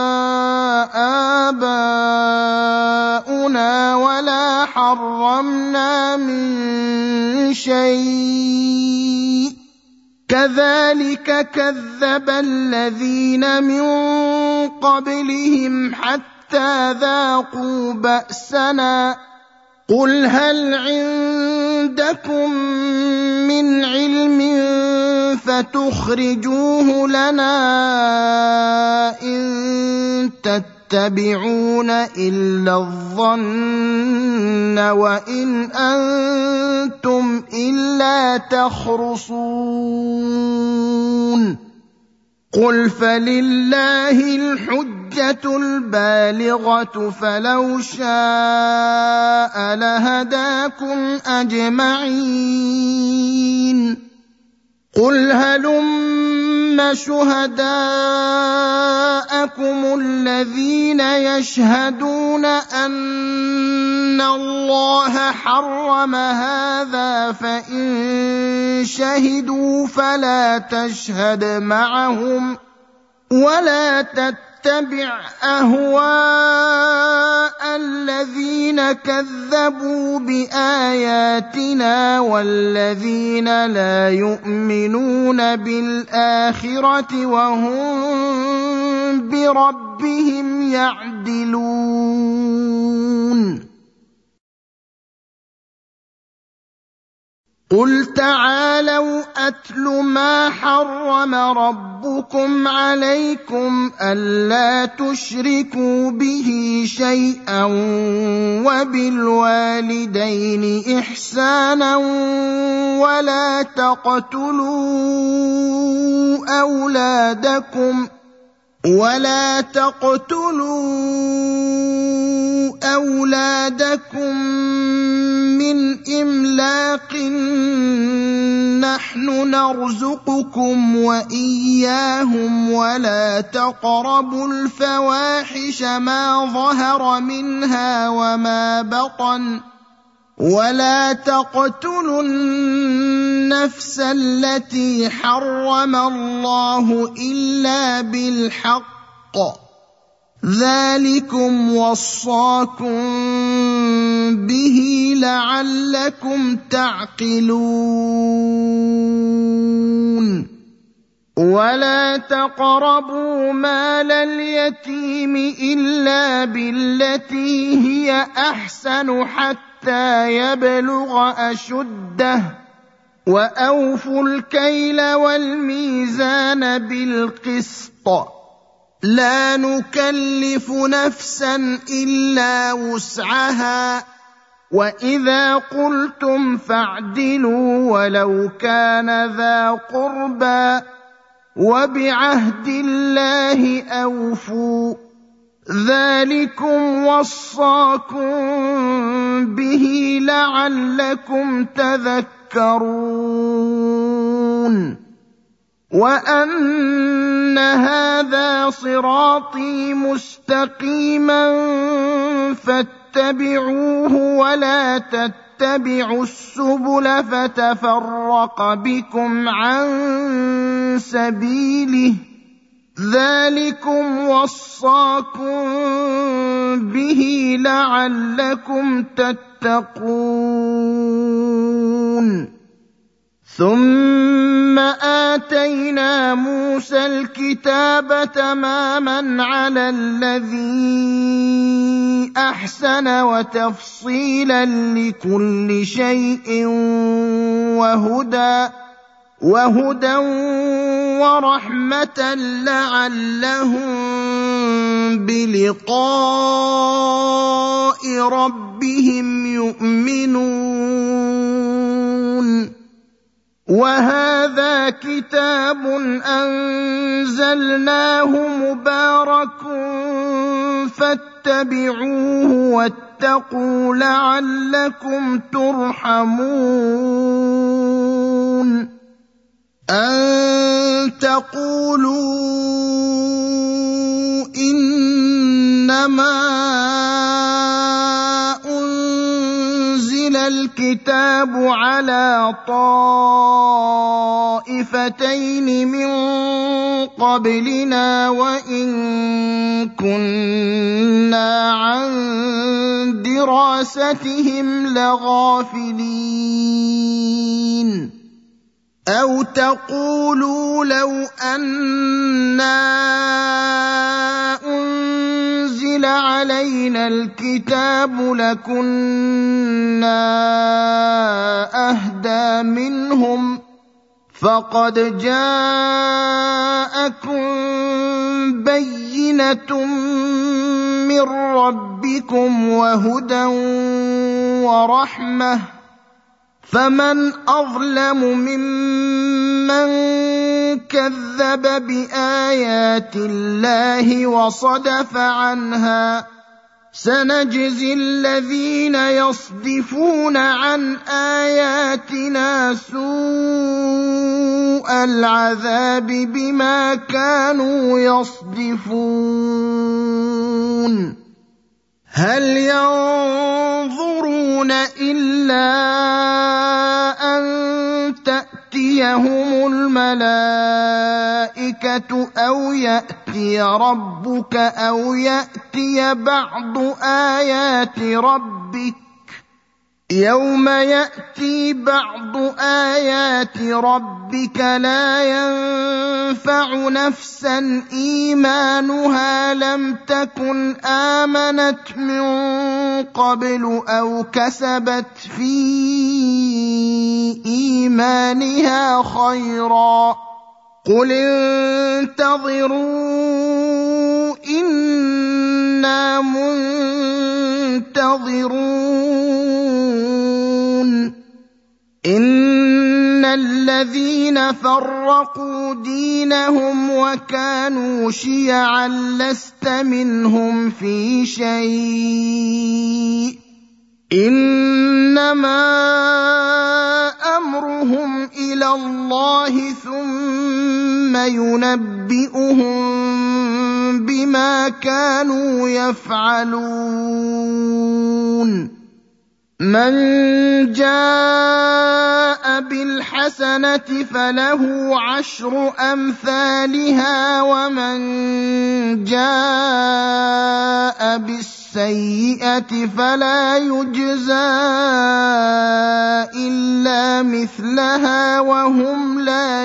آباؤنا ولا حرمنا من شيء كذلك كذب الذين من قبلهم حتى ذاقوا بأسنا قل هل عندكم من علم فتخرجوه لنا إن تتبعون إلا الظن وإن أنتم إلا تخرصون قل فلله الحجة البالغة فلو شاء لهداكم أجمعين قل هلم شهداءكم الذين يشهدون أن الله حرم هذا فإن شهدوا فلا تشهد معهم ولا تتبع أهواء الذين كذبوا بآياتنا والذين لا يؤمنون بالآخرة وهم بربهم يعدلون قل تعالوا أتل ما حرم ربكم عليكم ألا تشركوا به شيئا وبالوالدين إحسانا ولا تقتلوا أولادكم ولا تقتلوا أولادكم من إملاق نحن نرزقكم وإياهم ولا تقربوا الفواحش ما ظهر منها وما بطن ولا تقتلوا النفس التي حرم الله إلا بالحق ذلكم وصاكم به لعلكم تعقلون ولا تقربوا مال اليتيم إلا بالتي هي أحسن حتى يبلغ أشده وأوفوا الكيل والميزان بالقسط لا نكلف نفسا إلا وسعها وإذا قلتم فاعدلوا ولو كان ذا قربى وبعهد الله أوفوا ذلكم وصاكم به لعلكم تذكرون وأن هذا صراطي مستقيما فاتبعوه ولا تتبعوا السبل فتفرق بكم عن سبيله ذلكم وصاكم به لعلكم تتقون ثم آتينا موسى الكتاب تماما على الذي أحسن وتفصيلا لكل شيء وهدى وهدى ورحمة لعلهم بلقاء ربهم يؤمنون وهذا كتاب أنزلناه مبارك فاتبعوه واتقوا لعلكم ترحمون أن تقولوا إنما أنزل الكتاب على طائفتين من قبلنا وإن كنا عن دراستهم لغافلين أو تقولوا لو أنا أنزل علينا الكتاب لكنا أهدى منهم فقد جاءكم بينة من ربكم وهدى ورحمة فمن أظلم ممن كذب بآيات الله وصدف عنها سنجزي الذين يصدفون عن آياتنا سوء سوء العذاب بما كانوا يصدفون هل ينظرون إلا أن تأتيهم الملائكة أو يأتي ربك أو يأتي بعض آيات ربك يوم يأتي بعض آيات ربك لا ينفع نفسا إيمانها لم تكن آمنت من قبل أو كسبت في إيمانها خيرا قل انتظروا إنا منتظرون إن الذين فرقوا دينهم وكانوا شيعا لست منهم في شيء إنما أمرهم إلى الله ثم ينبئهم بما كانوا يفعلون من جاء بالحسنة فله عشر أمثالها ومن جاء بالسيئة فلا يجزى إلا مثلها وهم لا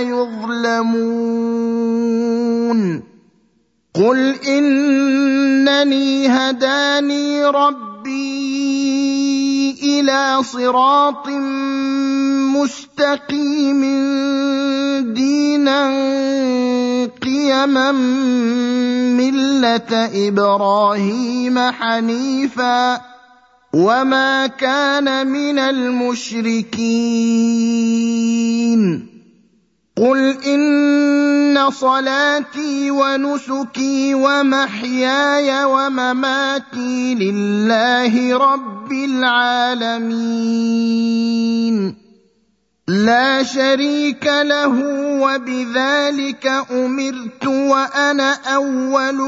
يظلمون قل إنني هداني ربي إلى صراط مستقيم دينا قيما ملة إبراهيم حنيفا وما كان من المشركين قل إن صلاتي ونسكي ومحياي ومماتي لله رب العالمين لا شريك له وبذلك أمرت وأنا أول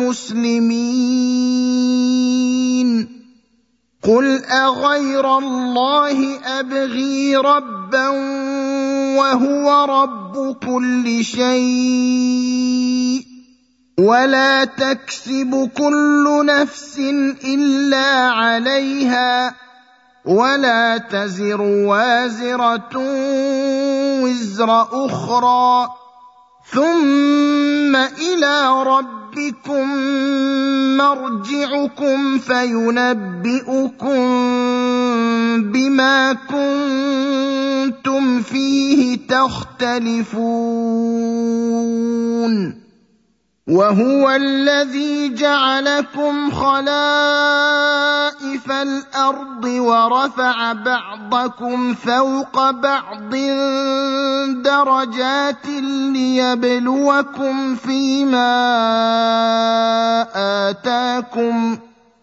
المسلمين قل أغير الله أبغي ربا وهو رب كل شيء ولا تكسب كل نفس إلا عليها ولا تزر وازرة وزر أخرى ثم إلى ربكم مرجعكم فينبئكم بما كنتم فيه تختلفون وهو الذي جعلكم خلائف الأرض ورفع بعضكم فوق بعض درجات ليبلوكم فيما آتاكم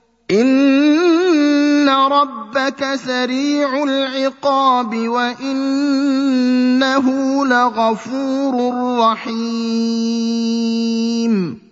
إن ربك سريع العقاب وإنه لغفور رحيم